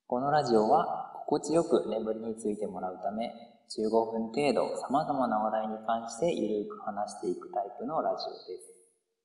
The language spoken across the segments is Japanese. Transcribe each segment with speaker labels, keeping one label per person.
Speaker 1: このラジオは心地よく眠りについてもらうため、15分程度様々な話題に関してゆるく話していくタイプのラジオです。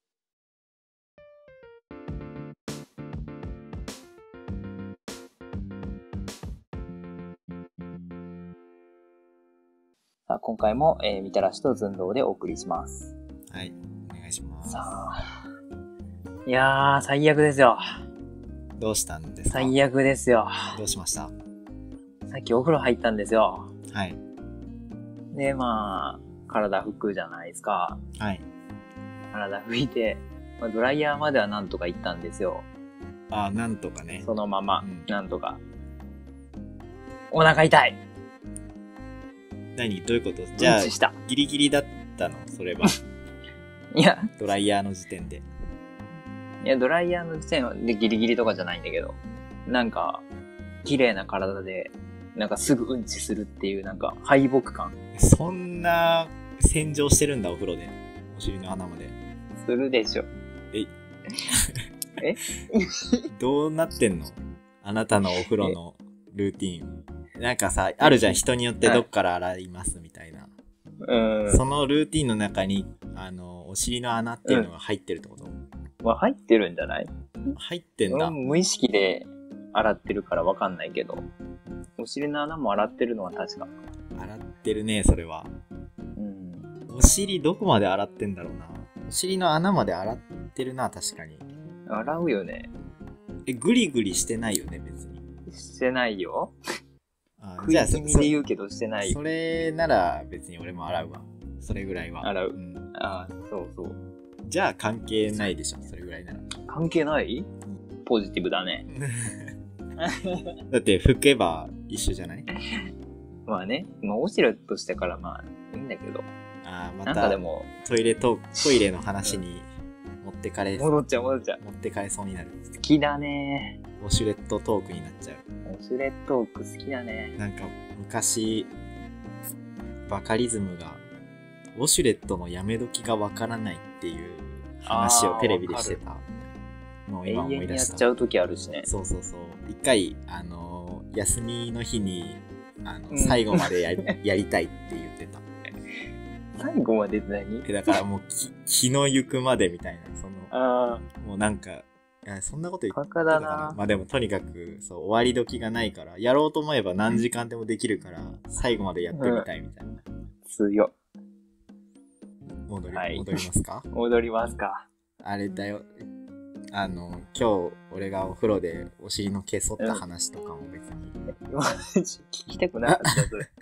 Speaker 1: さあ、今回も、みたらしと寸胴でお送りします。
Speaker 2: はい、お願いします。
Speaker 1: さあ、いやー、最悪ですよ。
Speaker 2: どうしたんですか？
Speaker 1: 最悪ですよ。
Speaker 2: どうしました？
Speaker 1: さっきお風呂入ったんですよ。
Speaker 2: はい。
Speaker 1: で、体拭くじゃないですか。
Speaker 2: はい。
Speaker 1: 体拭いて、ドライヤーまではなんとか行ったんですよ。
Speaker 2: なんとかね。
Speaker 1: そのまま、なんとか。お腹痛い。
Speaker 2: 何？どういうこと？じゃあ、ギリギリだったの？それは。
Speaker 1: いや。
Speaker 2: ドライヤーの時点で。
Speaker 1: いや、ドライヤーの時点でギリギリとかじゃないんだけど、なんか、綺麗な体で、なんかすぐうんちするっていう、なんか敗北感。
Speaker 2: そんな洗浄してるんだ、お風呂で。お尻の穴まで。
Speaker 1: するでしょ。
Speaker 2: えどうなってんの？あなたのお風呂のルーティン。なんかさ、あるじゃん、人によってどっから洗いますみたいな。そのルーティンの中に、お尻の穴っていうのが入ってるってこと？
Speaker 1: 入ってるんじゃない？
Speaker 2: 入ってんだ。
Speaker 1: 無意識で洗ってるからわかんないけど、お尻の穴も洗ってるのは確か。
Speaker 2: 洗ってるね、それは。お尻どこまで洗ってんだろうな。お尻の穴まで洗ってるな、確かに。
Speaker 1: 洗うよね。
Speaker 2: グリグリしてないよね、別に。
Speaker 1: してないよ。
Speaker 2: じゃあ、
Speaker 1: 食い気味で言うけどしてないよ。
Speaker 2: それなら別に俺も洗うわ。それぐらいは。
Speaker 1: 洗う。そうそう。
Speaker 2: じゃあ関係ないでしょ、それぐらいなら。
Speaker 1: 関係ない？ポジティブだね。
Speaker 2: だって拭けば一緒じゃない？
Speaker 1: まあね、オシレットしてからいいんだけど。
Speaker 2: またトイレの話に持ってかれ
Speaker 1: 戻っちゃう。
Speaker 2: 持ってかれそうになる。
Speaker 1: 好きだね。
Speaker 2: ウォシュレットトークになっちゃう。
Speaker 1: ウォシュレットトーク好きだね。
Speaker 2: なんか昔バカリズムがウォシュレットのやめ時がわからないっていう話をテレビでしてたのを今思い出した。永遠に
Speaker 1: やっちゃう時あるしね。
Speaker 2: そう。一回休みの日に最後までやりたいって言ってた。
Speaker 1: 最後までって何？
Speaker 2: だからもう気の行くまでみたいな。もうなんかそんなこと言ってたかな。まあでもとにかく終わり時がないからやろうと思えば何時間でもできるから最後までやってみたいみたいな。
Speaker 1: 強っ。
Speaker 2: 戻りますか？
Speaker 1: 戻りますか。
Speaker 2: あれだよ。今日俺がお風呂でお尻の毛剃った話とかも別に。
Speaker 1: 聞きたくなかったそれ。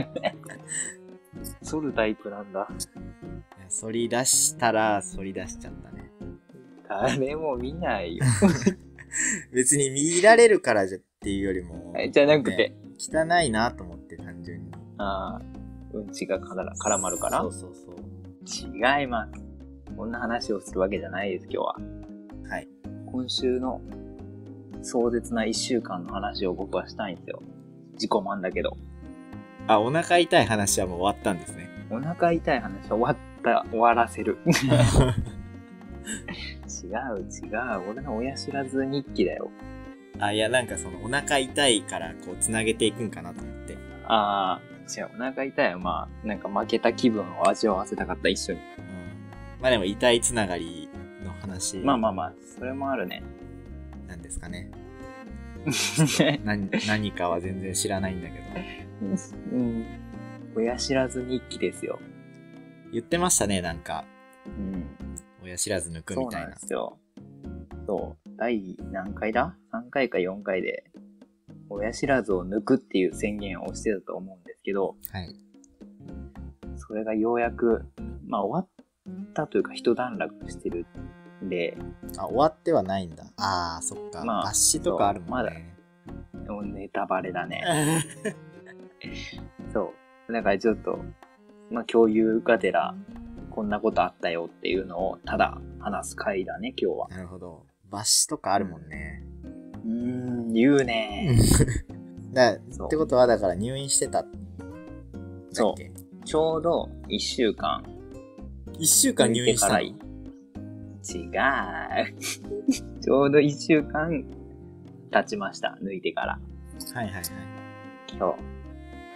Speaker 1: 剃るタイプなんだ。
Speaker 2: 剃り出したら剃り出しちゃったね。
Speaker 1: 誰も見ないよ。
Speaker 2: 別に見られるからっていうよりも、
Speaker 1: じゃなくて、
Speaker 2: 汚いなと思って単純に。
Speaker 1: うんちが絡まるから。
Speaker 2: そう。
Speaker 1: 違います。こんな話をするわけじゃないです、今日は。
Speaker 2: はい。
Speaker 1: 今週の壮絶な1週間の話を僕はしたいんですよ。自己満だけど。
Speaker 2: お腹痛い話はもう終わったんですね。
Speaker 1: お腹痛い話は終わらせる。違う。俺の親知らず日記だよ。
Speaker 2: いや、なんかお腹痛いからこう繋げていくんかなと思って。
Speaker 1: 違う、お腹痛いはなんか負けた気分を味わわせたかった、一緒に。
Speaker 2: まあでも痛いつながりの話。
Speaker 1: まあ、それもあるね。
Speaker 2: なんですかね。何かは全然知らないんだけど。
Speaker 1: 親知らず日記ですよ。
Speaker 2: 言ってましたね、なんか。親知らず抜くみたいな。
Speaker 1: そうなんですよ。そう。第何回だ ?3 回か4回で、親知らずを抜くっていう宣言をしてたと思うんですけど、
Speaker 2: はい。
Speaker 1: それがようやく、終わったというか一段落してるんで。
Speaker 2: 終わってはないんだ。そっか。抜歯とかあるもんね。
Speaker 1: もうネタバレだね。そう。だからちょっと、共有がてら、こんなことあったよっていうのをただ話す回だね、今日は。
Speaker 2: なるほど。抜歯とかあるもんね。
Speaker 1: 言うね。
Speaker 2: ってことはだから入院してた。
Speaker 1: そう。ちょうど1週間。
Speaker 2: 1週間入院したの？
Speaker 1: 違う。ちょうど1週間経ちました、抜いてから。
Speaker 2: はいはいはい。
Speaker 1: そう。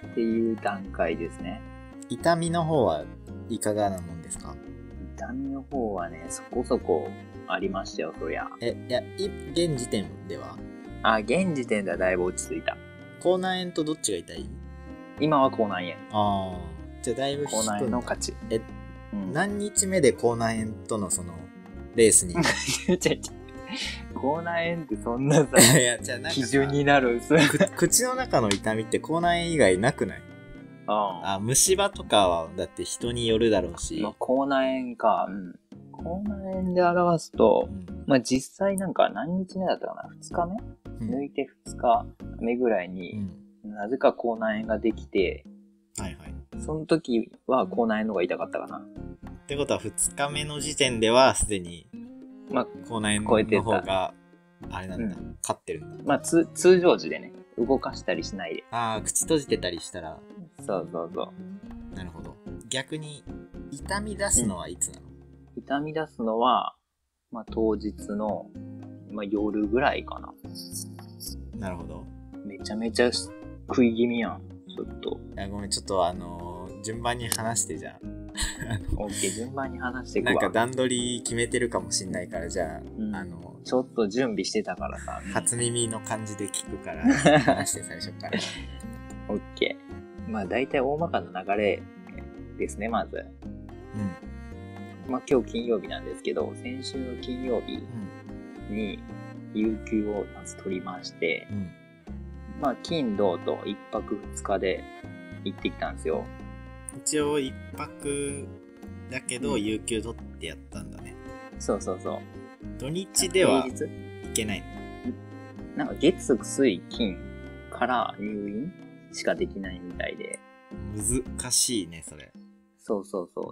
Speaker 1: っていう段階ですね。
Speaker 2: 痛みの方はいかがなもんですか？
Speaker 1: 痛みの方はね、そこそこありましたよ、そりゃ。
Speaker 2: いや、現時点では
Speaker 1: 現時点ではだいぶ落ち着いた。
Speaker 2: 口内炎とどっちが痛い？
Speaker 1: 今は口内炎。
Speaker 2: ああ、じゃあだいぶ
Speaker 1: 口内炎の勝ち。
Speaker 2: 何日目で口内炎とのそのレースに
Speaker 1: 口内炎ってそんなさ
Speaker 2: いやじゃあなんか
Speaker 1: 基準になるんす
Speaker 2: 口の中の痛みって口内炎以外なくない？虫歯とかはだって人によるだろうし、
Speaker 1: 口内炎か、口内炎で表すと、実際なんか何日目だったかな、2日目、抜いて2日目ぐらいに、なぜか口内炎ができて、
Speaker 2: はいはい、
Speaker 1: その時は口内炎の方が痛かったかな。
Speaker 2: ってことは2日目の時点ではすでに口内炎の方があれなんだ、勝ってるんだ。通
Speaker 1: 常時でね、動かしたりしないで。
Speaker 2: 口閉じてたりしたら。
Speaker 1: そう。
Speaker 2: なるほど。逆に痛み出すのはいつなの？
Speaker 1: 痛み出すのは、当日の、夜ぐらいかな。
Speaker 2: なるほど。
Speaker 1: めちゃめちゃ食い気味やん。ちょっと。
Speaker 2: いやごめん、ちょっと順番に話してじゃあ。
Speaker 1: オッケー、順番に話していくわ。
Speaker 2: なんか段取り決めてるかもしんないからじゃあ、
Speaker 1: ちょっと準備してたからさ。
Speaker 2: 初耳の感じで聞くから話して最初から。
Speaker 1: オッケー。大体大まかな流れですね、まず。今日金曜日なんですけど、先週の金曜日に有給をまず取りまして、金土と1泊2日で行ってきたんですよ。
Speaker 2: 一応1泊だけど有給取ってやったんだね。
Speaker 1: そう。
Speaker 2: 土日では行けないの？
Speaker 1: なんか月水金から入院しかできないみたいで。
Speaker 2: 難しいね、それ。
Speaker 1: そう。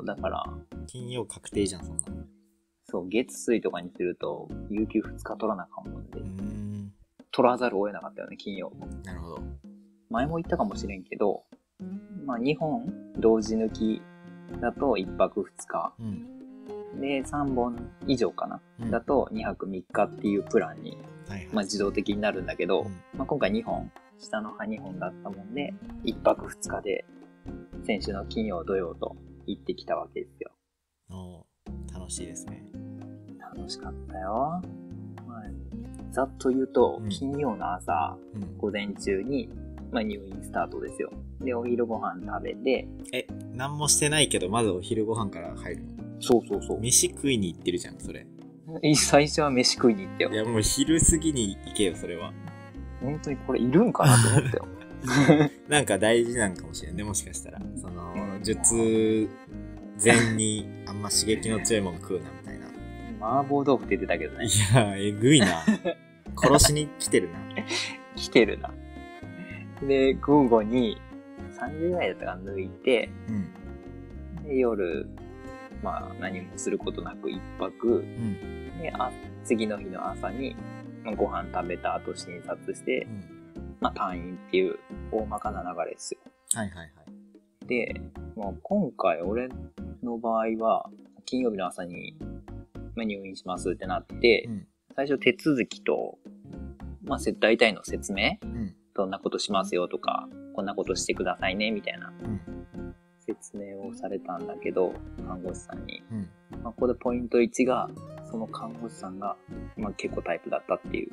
Speaker 1: だから。
Speaker 2: 金曜確定じゃん、そんな。
Speaker 1: そう、月水とかにすると、有給2日取らなあかんもんで。取らざるを得なかったよね、金曜も。
Speaker 2: なるほど。
Speaker 1: 前も言ったかもしれんけど、2本同時抜きだと1泊2日。で、3本以上かな、だと2泊3日っていうプランに、自動的になるんだけど、今回2本、下の歯2本だったもんで、1泊2日で、先週の金曜土曜と行ってきたわけですよ。
Speaker 2: 楽しいですね。
Speaker 1: 楽しかったよ。ざっと言うと、金曜の朝、午前中に、入院スタートですよ。で、お昼ご飯食べて。
Speaker 2: 何もしてないけど、まずお昼ご飯から入るの？
Speaker 1: そう。
Speaker 2: 飯食いに行ってるじゃん、それ。
Speaker 1: 最初は飯食いに行ったよ。
Speaker 2: いや、もう昼過ぎに行けよ、それは。
Speaker 1: 本当にこれいるんかなと思ったよ。
Speaker 2: なんか大事なんかもしれんね、もしかしたら。術前にあんま刺激の強いもの食うな、みたいな。
Speaker 1: 麻婆豆腐って言ってたけどね。
Speaker 2: いや、えぐいな。殺しに来てるな。
Speaker 1: 来てるな。で、午後に3時ぐらいだったか抜いて、で夜、何もすることなく一泊、で、次の日の朝に、ご飯食べた後診察して、退院っていう大まかな流れですよ。で、今回俺の場合は、金曜日の朝に、入院しますってなって、最初手続きと、大体の説明、どんなことしますよとか、こんなことしてくださいねみたいな説明をされたんだけど、看護師さんに。ここでポイント1が、その看護師さんが、結構タイプだったっていう。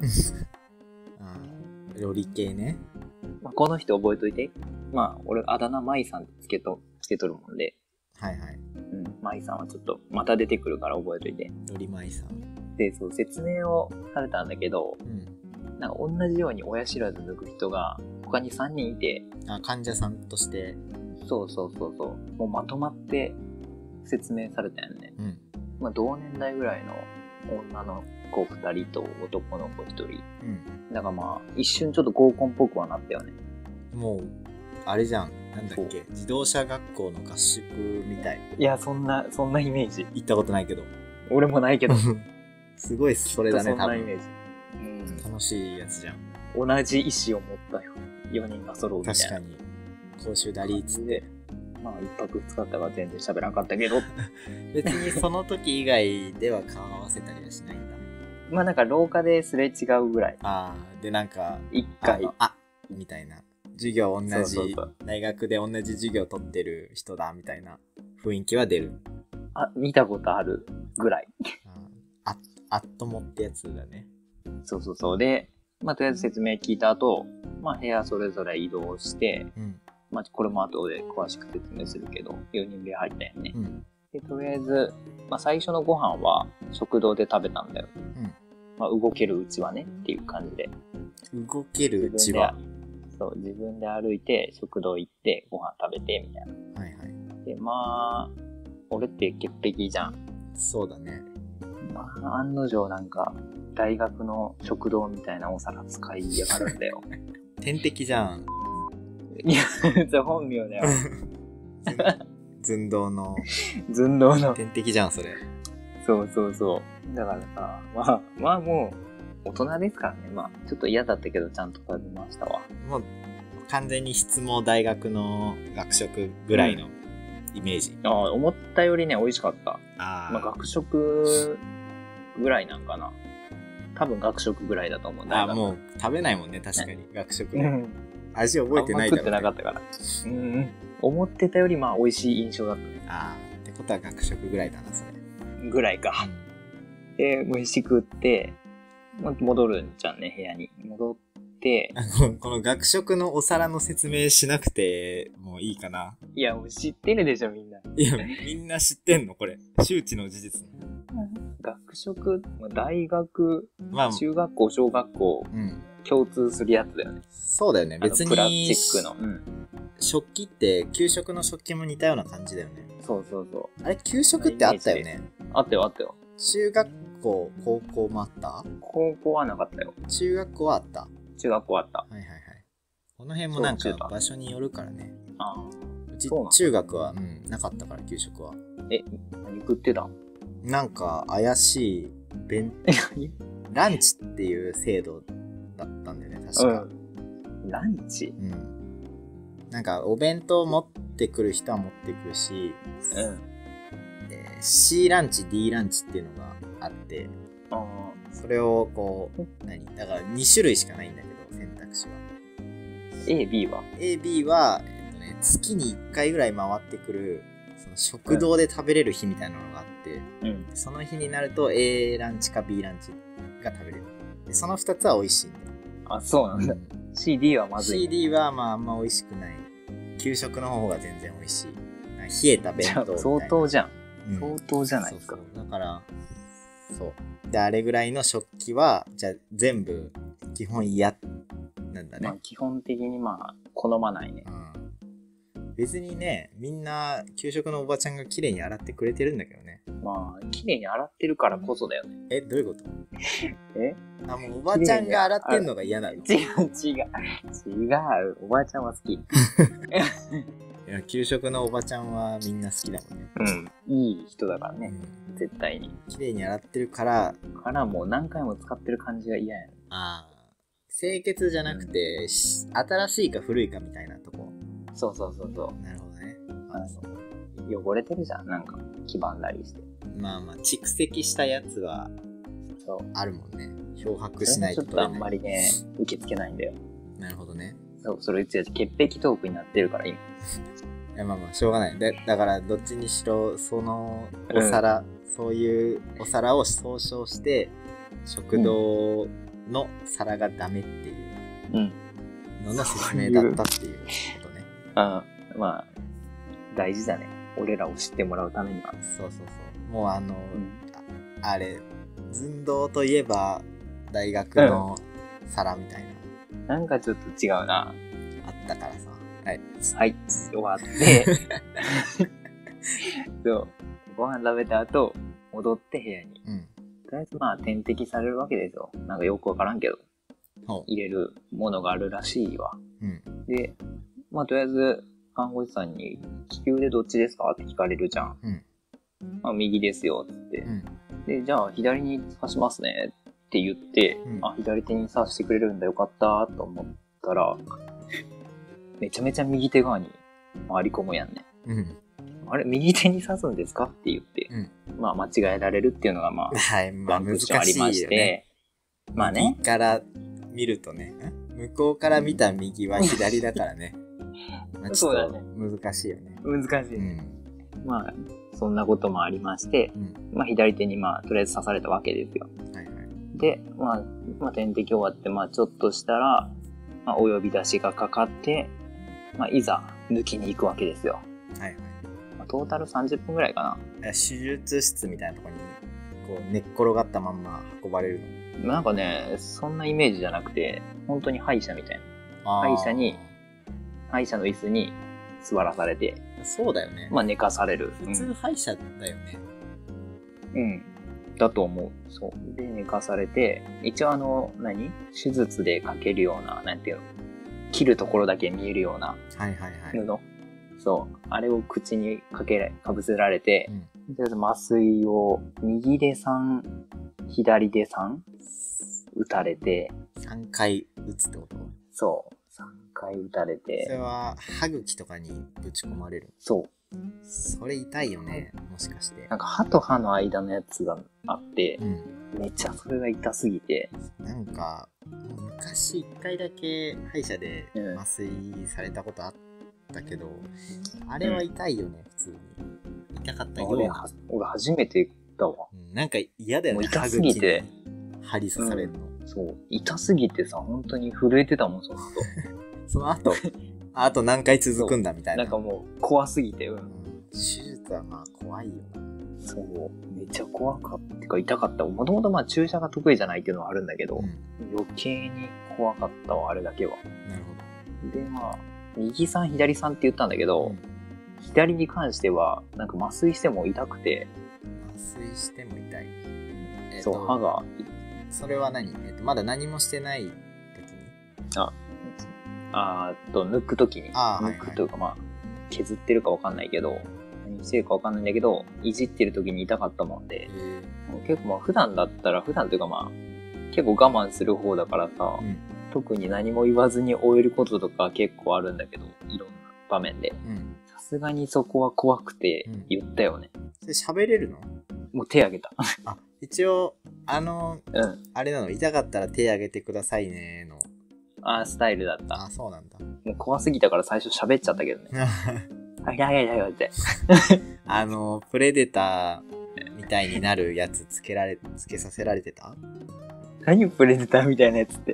Speaker 2: ロリ系ね。
Speaker 1: この人覚えといて。俺、あだ名舞さんってつけとるもんで。舞さんはちょっと、また出てくるから覚えといて。
Speaker 2: ロリ舞さん。
Speaker 1: で、説明をされたんだけど、なんか同じように親知らず抜く人が他に3人いて。
Speaker 2: 患者さんとして。
Speaker 1: そう。もうまとまって説明されたよね。同年代ぐらいの女の子2人と男の子1人。だから一瞬ちょっと合コンっぽくはなったよね。
Speaker 2: もう、あれじゃん。なんだっけ、自動車学校の合宿みたい。
Speaker 1: いや、そんなイメージ。
Speaker 2: 行ったことないけど。
Speaker 1: 俺もないけど。
Speaker 2: すごいそれだね、
Speaker 1: そんなイメージ。
Speaker 2: 楽しいやつじゃん。
Speaker 1: 同じ意志を持った4人が揃うみたいな。
Speaker 2: 確かに。講習だりっつって。
Speaker 1: 1泊2日だったから全然喋らなかったけど。
Speaker 2: 別にその時以外では顔合わせたりはしないんだ。
Speaker 1: なんか廊下ですれ違うぐらい。
Speaker 2: でなんか。
Speaker 1: 1回。
Speaker 2: みたいな。授業同じ、
Speaker 1: そうそうそう
Speaker 2: 大学で同じ授業取ってる人だみたいな雰囲気は出る。
Speaker 1: あ、見たことあるぐらい。
Speaker 2: あっともってやつだね。
Speaker 1: そうそうそう。で、まあ、とりあえず説明聞いた後、まあ、部屋それぞれ移動して、まあ、これも後で詳しく説明するけど、4人部屋入ったよね。で、とりあえず、まあ、最初のご飯は食堂で食べたんだよ。まあ、動けるうちはねっていう感じで。
Speaker 2: 動けるうちは
Speaker 1: そう、自分で歩いて食堂行ってご飯食べてみたいな。
Speaker 2: はいはい。
Speaker 1: で、まあ、俺って潔癖じゃん。
Speaker 2: そうだね。
Speaker 1: まあ、案の定なんか、大学の食堂みたいなお皿使いやがるんだよ。
Speaker 2: 天敵じゃん。
Speaker 1: いや、それ本名だよ。
Speaker 2: 寸胴の。
Speaker 1: 寸胴の。
Speaker 2: 天敵じゃん、それ。
Speaker 1: そうそうそう。だからさ、まあもう、大人ですからね。まあ、ちょっと嫌だったけど、ちゃんと食べましたわ。
Speaker 2: もう、完全に質も大学の学食ぐらいのイメージ。
Speaker 1: ああ、思ったよりね、美味しかった。
Speaker 2: ま
Speaker 1: あ、学食ぐらいなんかな。多分学食ぐらいだと思うんだ。
Speaker 2: もう食べないもんね、確かに。学食。味覚えてないだろう、ね。
Speaker 1: 食ってなかったから。思ってたよりまあ美味しい印象だったね。
Speaker 2: ってことは学食ぐらいだな、それ。
Speaker 1: ぐらいか。で、飯食って、戻るんじゃんね、部屋に。戻って、
Speaker 2: この学食のお皿の説明しなくてもういいかな。
Speaker 1: いや、もう知ってるでしょ、みんな。
Speaker 2: いや、みんな知ってんのこれ。周知の事実。
Speaker 1: 学食、大学、中学校、小学校、共通するやつだよね。
Speaker 2: そうだよね。別に、
Speaker 1: プラスチックの。
Speaker 2: 食器って、給食の食器も似たような感じだよね。
Speaker 1: そうそうそう。
Speaker 2: あれ、給食ってあったよね。
Speaker 1: あったよ、あったよ。
Speaker 2: 中学校、高校もあった？
Speaker 1: 高校はなかったよ。
Speaker 2: 中学校はあった。
Speaker 1: 中学校はあった。
Speaker 2: はいはいはい。この辺もなんか場所によるからね。うち中学は、なかったから、給食は。
Speaker 1: 何食ってた？
Speaker 2: なんか怪しいランチっていう制度だったんだよね、確か。
Speaker 1: ランチ？
Speaker 2: なんかお弁当持ってくる人は持ってくるし、C ランチ D ランチっていうのがあって、それをこうだから2種類しかないんだけど、選択肢は。
Speaker 1: A、B は？
Speaker 2: A、B は、月に1回ぐらい回ってくるその食堂で食べれる日みたいなのがあって、その日になると A ランチか B ランチが食べれる。でその2つは美味しいんだよ。
Speaker 1: あ、そうなんだ。CD はまずい。
Speaker 2: CD はまああんま美味しくない。給食の方が全然美味しい。冷えた弁当みたいな。
Speaker 1: 相当じゃん。相当じゃないですか。
Speaker 2: だから、そう。で、あれぐらいの食器は、じゃあ全部基本嫌なんだね。
Speaker 1: 基本的に好まないね。
Speaker 2: 別にね、みんな給食のおばちゃんが綺麗に洗ってくれてるんだけどね。
Speaker 1: 綺麗に洗ってるからこそだよね。
Speaker 2: どういうこと？もうおばちゃんが洗ってんのが嫌なの？
Speaker 1: 違う。おばちゃんは好き。
Speaker 2: いや、給食のおばちゃんはみんな好きだもんね。
Speaker 1: いい人だからね。絶対に。
Speaker 2: 綺麗に洗ってるから。
Speaker 1: もう何回も使ってる感じが嫌やね。
Speaker 2: 清潔じゃなくて、新しいか古いかみたいなとこ。
Speaker 1: そう。
Speaker 2: なるほどね。
Speaker 1: 汚れてるじゃん、なんか黄ばんだりして。
Speaker 2: 蓄積したやつはあるもんね。漂白しないと。
Speaker 1: ちょっとあんまりね、受け付けないんだよ。
Speaker 2: なるほどね。
Speaker 1: それ潔癖トークになってるから今。
Speaker 2: しょうがない。だからどっちにしろそのお皿、そういうお皿を総称して食堂の皿がダメっていうのの説明だったっていうことね。
Speaker 1: 大事だね。俺らを知ってもらうためには。
Speaker 2: そう。もうあれ、寸胴といえば大学の皿みたいな。
Speaker 1: なんかちょっと違うな。
Speaker 2: あったからさ。
Speaker 1: はい、終わって。ご飯食べた後、戻って部屋に。とりあえず点滴されるわけですよ。なんかよくわからんけど。入れるものがあるらしいわ。で、とりあえず、看護師さんに、利き腕どっちですかって聞かれるじゃん。右ですよ、つって。で、じゃあ左に刺しますね、って言って、左手に刺してくれるんだよかったと思ったら、めちゃめちゃ右手側に回り込むやんね。あれ、右手に刺すんですかって言って、間違えられるっていうのがワンクッションありまして、
Speaker 2: 右から見るとね、 向こうから見た右は左だからね。まあ、ちょっと難しいよね。
Speaker 1: 難しいね。まあ、そんなこともありまして、まあ左手にまあとりあえず刺されたわけですよ。はいはい、で、まあ点滴終わって、まあちょっとしたら、まあお呼び出しがかかって、まあいざ抜きに行くわけですよ。はいはい。まあ、トータル30分ぐらいかな。
Speaker 2: 手術室みたいなところに、こう寝っ転がったまんま運ばれる
Speaker 1: の？なんかね、そんなイメージじゃなくて、本当に歯医者みたいな。歯医者の椅子に座らされて。
Speaker 2: そうだよね。
Speaker 1: まあ寝かされる。
Speaker 2: 普通歯医者だよね。
Speaker 1: うん。だと思う。そう。で、寝かされて、一応手術でかけるような、なんていうの、切るところだけ見えるような布。はいはいはい。そう。あれを口にかぶせられて、とりあえず麻酔を右で3、左で3打たれて。
Speaker 2: 3回打つってこと？
Speaker 1: そう。3回打たれて。
Speaker 2: それは歯茎とかにぶち込まれる？
Speaker 1: そう。
Speaker 2: それ痛いよね、もしかして。
Speaker 1: なんか歯と歯の間のやつがあって、めっちゃそれが痛すぎて。
Speaker 2: なんか、昔1回だけ歯医者で麻酔されたことあったけど、あれは痛いよね、普通に。痛かったよ。
Speaker 1: 俺初めてだわ。
Speaker 2: なんか嫌だよね、
Speaker 1: 痛すぎて。
Speaker 2: 針刺されるの。
Speaker 1: そう。痛すぎてさ、本当に震えてたもん、その後。
Speaker 2: その後あと何回続くんだみたいな。
Speaker 1: なんかもう怖すぎて。
Speaker 2: 手術はまあ怖いよな。
Speaker 1: そう。めっちゃ怖かった。てか痛かった。もともとまあ注射が得意じゃないっていうのはあるんだけど、余計に怖かったわ、あれだけは。なるほど。で、まあ、右さん左さんって言ったんだけど、左に関しては、なんか麻酔しても痛くて。
Speaker 2: 麻酔しても痛い。
Speaker 1: そう、歯が。
Speaker 2: それは何？まだ何もしてない時に？
Speaker 1: 抜く時に。抜くというかまあ、削ってるかわかんないけど、何してるかわかんないんだけど、いじってる時に痛かったもんで、結構まあ普段というかまあ、結構我慢する方だからさ、特に何も言わずに終えることとか結構あるんだけど、いろんな場面で。さすがにそこは怖くて言ったよね。
Speaker 2: それ喋れるの？
Speaker 1: もう手あげた。
Speaker 2: 一応、あれなの、痛かったら手あげてくださいねの。
Speaker 1: スタイルだった。
Speaker 2: そうなんだ。
Speaker 1: もう怖すぎたから最初喋っちゃったけどね。あげって。
Speaker 2: プレデターみたいになるやつつけさせられてた？
Speaker 1: 何プレデターみたいなやつって。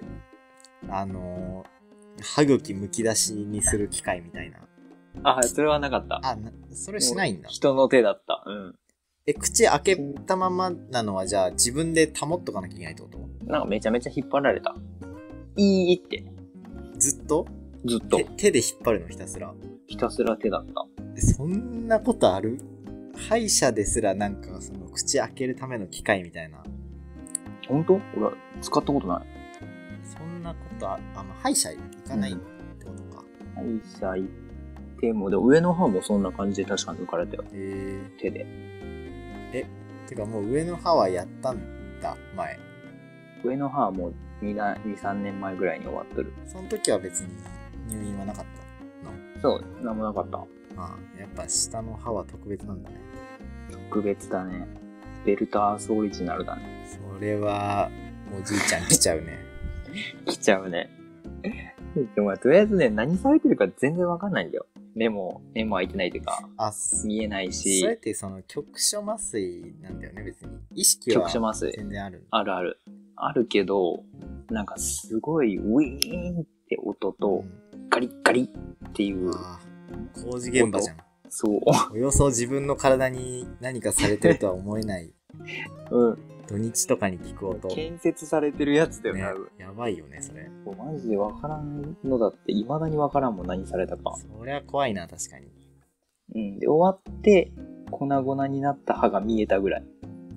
Speaker 2: 歯茎むき出しにする機械みたいな。
Speaker 1: それはなかった。
Speaker 2: それしないんだ。
Speaker 1: 人の手だった。
Speaker 2: 口開けたままなのはじゃあ自分で保っとかなきゃいけないってこと？
Speaker 1: なんかめちゃめちゃ引っ張られた。いいって。
Speaker 2: ずっと手で引っ張るの？ひたすら
Speaker 1: 手だった。
Speaker 2: そんなことある？歯医者ですらなんかその口開けるための機械みたいな。
Speaker 1: 本当？俺使ったことない。
Speaker 2: そんなこと歯医者行かないってことか。
Speaker 1: 歯医者行っても、で上の歯もそんな感じで確かに抜かれたよ。手で。
Speaker 2: てかもう上の歯はやったんだ、前。
Speaker 1: 上の歯はもう2、3年前ぐらいに終わっとる。
Speaker 2: その時は別に入院はなかったの？
Speaker 1: そう、なんもなかった。
Speaker 2: やっぱ下の歯は特別なんだね。
Speaker 1: 特別だね。ベルトアースオリジナルだね。
Speaker 2: それは、おじいちゃん来ちゃうね。
Speaker 1: 来ちゃうね。でもとりあえずね、何されてるか全然わかんないんだよ。目も開いてないというか、見えないし。
Speaker 2: それってその局所麻酔なんだよね、別に。意識は全然ある。
Speaker 1: あるけど、なんかすごいウィーンって音と、ガリッガリっていう。
Speaker 2: 工事現場じゃん。
Speaker 1: そう。
Speaker 2: およそ自分の体に何かされてるとは思えない。土日とかに聞く音。
Speaker 1: 建設されてるやつだよね。
Speaker 2: やばいよね、それ。
Speaker 1: マジでわからんのだって、未だにわからんもん、何されたか。
Speaker 2: そりゃ怖いな、確か
Speaker 1: に。で、終わって、粉々になった歯が見えたぐらい。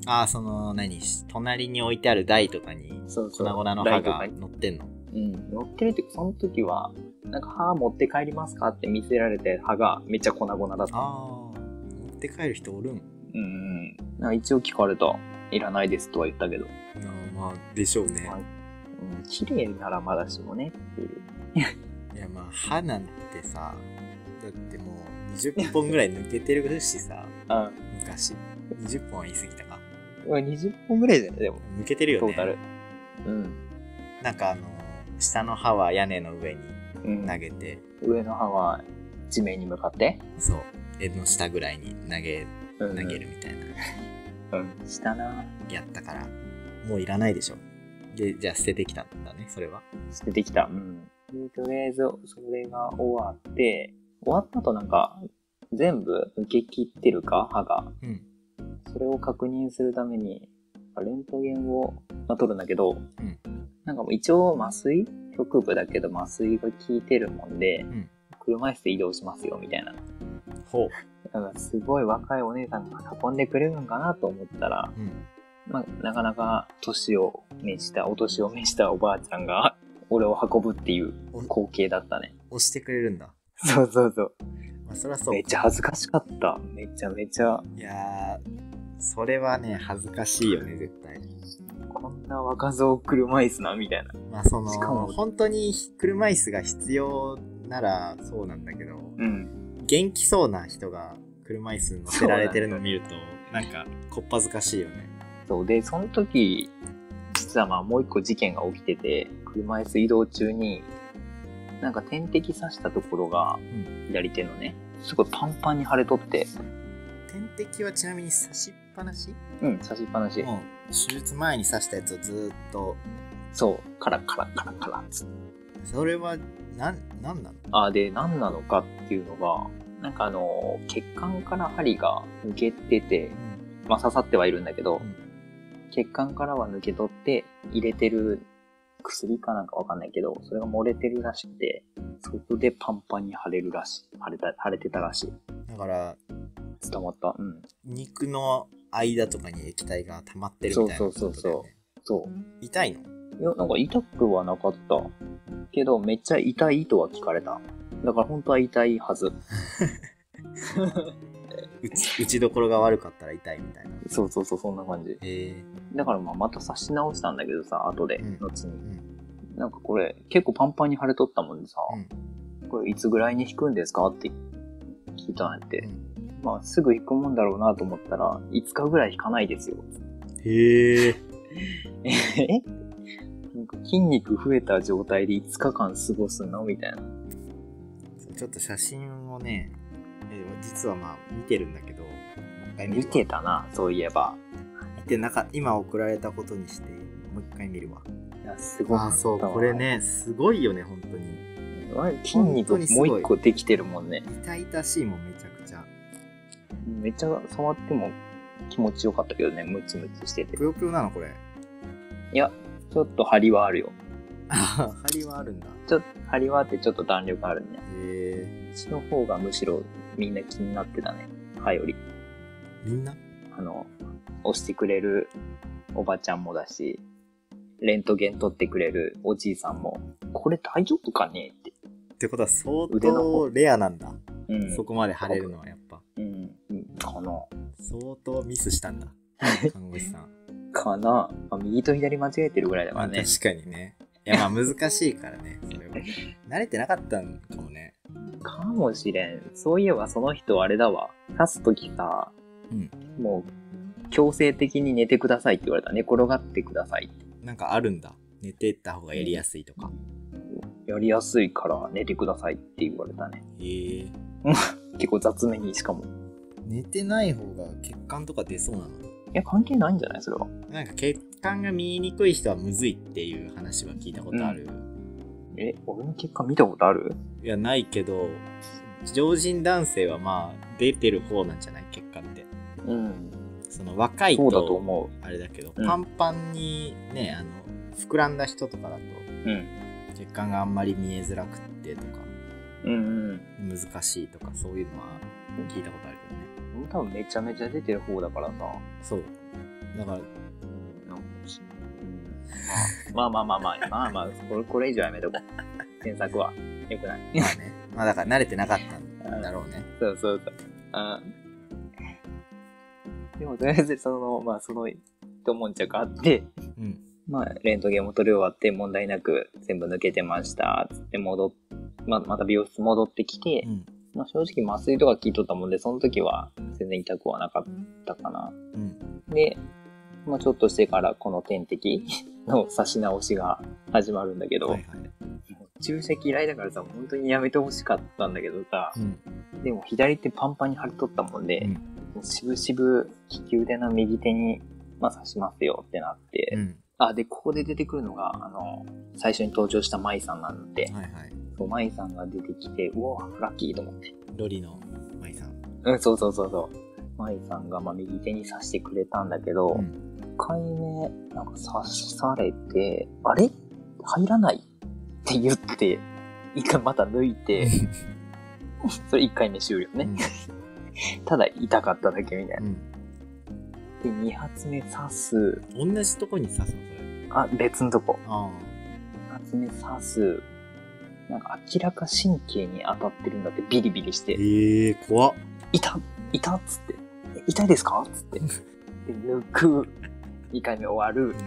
Speaker 2: 隣に置いてある台とかに、粉々の歯が乗ってんの？
Speaker 1: 乗ってるっていうか、その時は、なんか歯持って帰りますかって見せられて、歯がめっちゃ粉々だった。
Speaker 2: 持って帰る人おるん？
Speaker 1: なんか一応聞かれた。いらないですとは言ったけど。
Speaker 2: まあ、でしょうね。
Speaker 1: 綺麗ならまだしもねっていう。
Speaker 2: いや、まあ、歯なんてさ、だってもう20本ぐらい抜けてるしさ、昔。20本は言い過ぎたか。
Speaker 1: 20本ぐらいだよね、でも。
Speaker 2: 抜けてるよね。
Speaker 1: トータル。
Speaker 2: なんか下の歯は屋根の上に投げて、
Speaker 1: 上の歯は地面に向かって、
Speaker 2: そう、縁の下ぐらいに投げるみたいな。
Speaker 1: したな。
Speaker 2: やったから、もういらないでしょ。で、じゃあ捨ててきたんだね、それは。
Speaker 1: 捨ててきた。で、とりあえず、それが終わった後なんか、全部受け切ってるか、歯が。それを確認するために、レントゲンを、取るんだけど、なんかもう一応麻酔局部だけど麻酔が効いてるもんで、車椅子で移動しますよ、みたいな。
Speaker 2: ほう。
Speaker 1: だからすごい若いお姉さんが運んでくれるんかなと思ったら、なかなかお年を召したおばあちゃんが俺を運ぶっていう光景だったね。
Speaker 2: 押してくれるんだ。
Speaker 1: そう。
Speaker 2: まあ、そりゃそう。
Speaker 1: めっちゃ恥ずかしかった。めちゃめちゃ。
Speaker 2: いやー、それはね、恥ずかしいよね、絶対。
Speaker 1: こんな若造車椅子な、みたいな。
Speaker 2: まあしかも本当に車椅子が必要ならそうなんだけど、元気そうな人が車椅子に乗せられてるのを見ると、なんか、こっぱずかしいよね。
Speaker 1: そうで、その時、実はもう一個事件が起きてて、車椅子移動中に、なんか点滴刺したところが、左手のね、すごいパンパンに腫れとって。
Speaker 2: 点滴はちなみに刺しっぱなし？
Speaker 1: 刺しっぱなし。
Speaker 2: もう、手術前に刺したやつをずーっと。
Speaker 1: そう、カラつって。
Speaker 2: それは、なんなの？
Speaker 1: で、何なのかっていうのが、なんか血管から針が抜けてて、刺さってはいるんだけど、血管からは抜け取って入れてる薬かなんかわかんないけど、それが漏れてるらしくて、そこでパンパンに腫れてたらしい。
Speaker 2: だから、
Speaker 1: 伝わった。
Speaker 2: 肉の間とかに液体が溜まってるみたいなことだよね。そう。痛いの？
Speaker 1: いや、なんか痛くはなかった。けど、めっちゃ痛いとは聞かれた。だから本当は痛いはず。
Speaker 2: 打ちどころが悪かったら痛いみたいな。
Speaker 1: そう、そんな感じ。だからまた刺し直したんだけどさ、後で、後に。なんかこれ、結構パンパンに腫れとったもんでさ、これいつぐらいに引くんですかって聞いたんやって。すぐ引くもんだろうなと思ったら、5日ぐらい引かないですよ。
Speaker 2: へー。
Speaker 1: なんか筋肉増えた状態で5日間過ごすのみたいな。
Speaker 2: ちょっと写真をね、実は見てるんだけど、
Speaker 1: 見てたな、そういえば。
Speaker 2: 見てなかった。今送られたことにして、もう一回見るわ。
Speaker 1: いや、すごい。
Speaker 2: そう、これね、すごいよね、本当に。
Speaker 1: 筋肉もう一個できてるもんね。
Speaker 2: 痛々しいもん、めちゃくちゃ。
Speaker 1: めっちゃ触っても気持ちよかったけどね、ムチムチしてて。
Speaker 2: ぷよぷよなのこれ？
Speaker 1: いや、ちょっと張りはあるよ。
Speaker 2: 張りはあるんだ。
Speaker 1: 張りはあってちょっと弾力あるね。
Speaker 2: へ
Speaker 1: ー。うちの方がむしろみんな気になってたね。歯より。
Speaker 2: みんな？
Speaker 1: 押してくれるおばちゃんもだし、レントゲン取ってくれるおじいさんも、これ大丈夫かねって。
Speaker 2: ってことは相当レアなんだ。そこまで腫れるのはやっぱ。
Speaker 1: かな。
Speaker 2: 相当ミスしたんだ。看護師さん。
Speaker 1: かな。右と左間違えてるぐらいだからね。
Speaker 2: 確かにね。いや難しいからね、それは。慣れてなかったんかもね。
Speaker 1: かもしれん。そういえばその人あれだわ。刺すときさ、もう強制的に寝てくださいって言われた。寝転がってくださいって。
Speaker 2: なんかあるんだ。寝てった方がやりやすいとか。
Speaker 1: やりやすいから寝てくださいって言われたね。結構雑めにしかも。
Speaker 2: 寝てない方が血管とか出そうなの？
Speaker 1: いや、関係ないんじゃないそれは。
Speaker 2: なんか血管が見えにくい人はむずいっていう話は聞いたことある。
Speaker 1: 俺の血管見たことある？
Speaker 2: いや、ないけど、常人男性は出てる方なんじゃない？血管って。その若いと、
Speaker 1: そうだと思う。
Speaker 2: あれだけど、パンパンにね、膨らんだ人とかだと、血管があんまり見えづらくってとか、難しいとか、そういうのは聞いたことあるけどね。
Speaker 1: 多分めちゃめちゃ出てる方だからさ。
Speaker 2: そう。だから、
Speaker 1: これ以上やめとこう。検索は。よくない。
Speaker 2: だから慣れてなかったんだろうね。
Speaker 1: そう。でもとりあえずその一悶着あって、レントゲンも取り終わって問題なく全部抜けてましたつってまた美容室戻ってきて、正直麻酔とか効いとったもんで、その時は全然痛くはなかったかな。で、ちょっとしてからこの点滴の刺し直しが始まるんだけど、 注射嫌いだからさ、本当にやめてほしかったんだけどさ、でも左手パンパンに腫れとったもんで、しぶしぶ利き腕の右手に、まあ刺しますよってなって、で、ここで出てくるのが、最初に登場した舞さんなんで、そう、舞さんが出てきて、うわ、ラッキーと思って。
Speaker 2: ロリの舞さん。
Speaker 1: そう。舞さんが右手に刺してくれたんだけど、1回目、なんか刺されて、あれ入らないって言って、1回また抜いて、それ1回目終了ね。ただ痛かっただけみたいな。で、2発目刺す。
Speaker 2: 同じとこに刺すのそれ？
Speaker 1: 別のとこ。2発目刺す。なんか明らか神経に当たってるんだってビリビリして。
Speaker 2: 怖っ。
Speaker 1: 痛っつって。痛いですかつって。で、抜く。2回目終わる。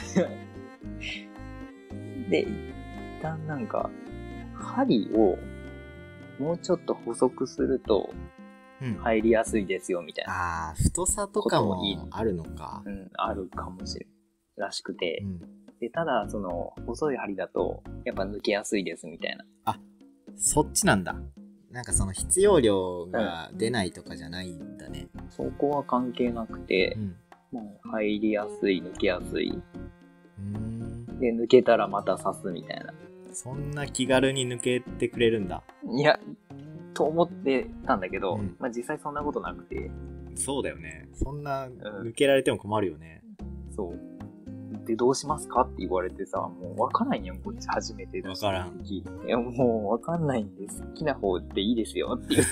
Speaker 1: で、一旦なんか、針をもうちょっと細くすると、入りやすいですよみたいな。
Speaker 2: 太さとかもあるのか。
Speaker 1: あるかもしれん。らしくて。で、ただ、細い針だと、やっぱ抜けやすいですみたいな。
Speaker 2: そっちなんだ。なんか必要量が出ないとかじゃないんだね。
Speaker 1: そこは関係なくて、もう入りやすい、抜けやすい。で、抜けたらまた刺すみたいな。
Speaker 2: そんな気軽に抜けてくれるんだ。
Speaker 1: いや、と思ってたんだけど、実際そんなことなくて。
Speaker 2: そうだよね。そんな抜けられても困るよね。
Speaker 1: そう。で、どうしますかって言われてさ、もうわからんやん、こっち初めてだし。
Speaker 2: わからん。
Speaker 1: いや、もうわかんないんで、好きな方でいいですよって言って。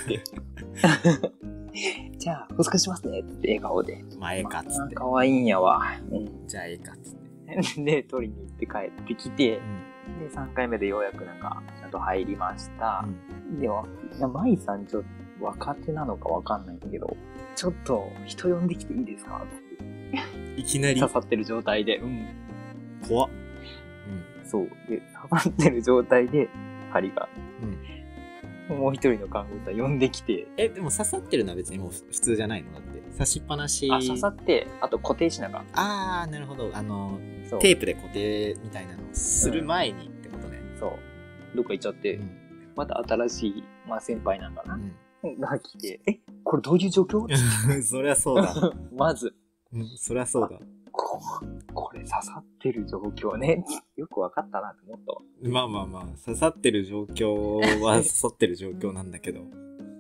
Speaker 1: じゃあ、細くしますねって笑顔で。
Speaker 2: かっつって。
Speaker 1: かわいいんやわ。
Speaker 2: じゃあかっつって。
Speaker 1: で、取りに行って帰ってきて、で、3回目でようやくなんか、ちゃんと入りました。では、舞さんちょっと若手なのかわかんないんだけど、ちょっと人呼んできていいですかって。
Speaker 2: いきなり
Speaker 1: 刺さってる状態で。
Speaker 2: 怖っ。
Speaker 1: そう。で、刺さってる状態で、針が。もう一人の看護師さん呼んできて。
Speaker 2: でも刺さってるのは別にもう普通じゃないのだって。刺しっぱなし。
Speaker 1: 刺さって、あと固定しなが
Speaker 2: ら。なるほど。テープで固定みたいなのをする前にってことね。
Speaker 1: そう。どっか行っちゃって、また新しい、先輩なんかな。が来て、これどういう状況
Speaker 2: そりゃそうだ。
Speaker 1: まず。
Speaker 2: そりゃそうだ。
Speaker 1: これ刺さってる状況ね。よくわかったなって思った。
Speaker 2: まあ、刺さってる状況は刺さってる状況なんだけど。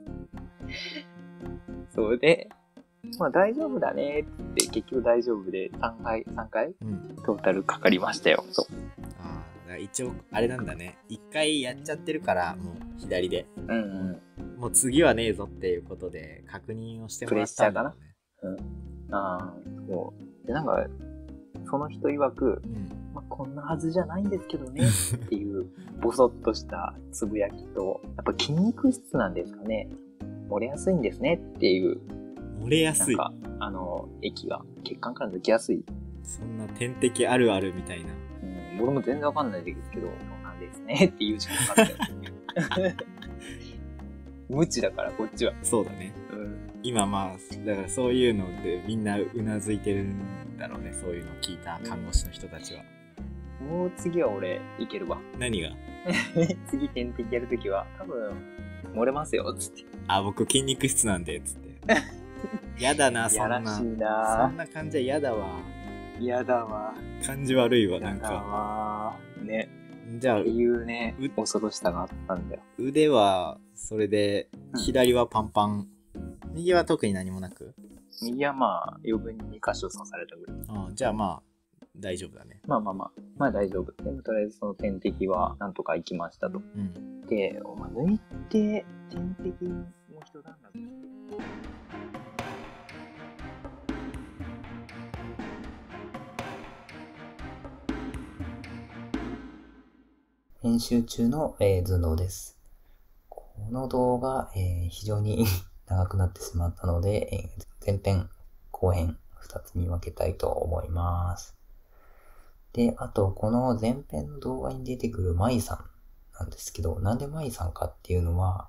Speaker 1: それで、大丈夫だねって結局大丈夫で3回、トータルかかりましたよ。そう。
Speaker 2: 一応、あれなんだね。1回やっちゃってるから、もう左で。もう次はねえぞっていうことで確認をしてもらったんだろうね。
Speaker 1: プレッシャーかな。そう。で、なんか、その人曰く、こんなはずじゃないんですけどねっていうボソッとしたつぶやきと、やっぱ筋肉質なんですかね。漏れやすいんですねっていう。
Speaker 2: 漏れやすい。
Speaker 1: なんか、液が血管から抜けやすい。
Speaker 2: そんな点滴あるあるみたいな。
Speaker 1: 僕も全然わかんないですけど、そうなんですねっていうしかなかったよ。無知だからこっちは。
Speaker 2: そうだね。今だからそういうのでみんなうなずいてるんだろうね。そういうのを聞いた看護師の人たちは。
Speaker 1: もう次は俺いけるわ。
Speaker 2: 何が？
Speaker 1: 次点滴やるときは多分漏れますよつって。
Speaker 2: 僕筋肉質なんでつって。やだな、そんな。
Speaker 1: やらしいな。
Speaker 2: そんな感じはやだわ。
Speaker 1: やだわ。
Speaker 2: 感じ悪いわ、なんか。
Speaker 1: やだわ。ね。
Speaker 2: じゃあ、
Speaker 1: っていうね、恐ろしさがあったんだよ。
Speaker 2: 腕は、それで、左はパンパン。右は特に何もなく？
Speaker 1: 右は余分に2箇所刺されたぐらい。
Speaker 2: じゃあ大丈夫だね。
Speaker 1: まあ大丈夫。でもとりあえずその点滴はなんとか行きましたと。で、抜いて点滴も一段落して。編集中の、頭脳です。この動画、非常に長くなってしまったので、前編、後編、2つに分けたいと思います。で、あと、この前編の動画に出てくる舞さんなんですけど、なんで舞さんかっていうのは、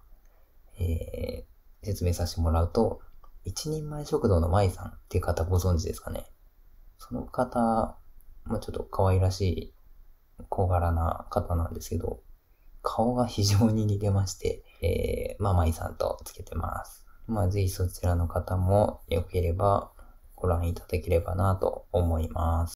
Speaker 1: 説明させてもらうと、一人前食堂の舞さんっていう方ご存知ですかね。その方、ちょっと可愛らしい小柄な方なんですけど、
Speaker 3: 顔が非常に似てまして、舞さんとつけてます。ぜひそちらの方もよければご覧いただければなと思います。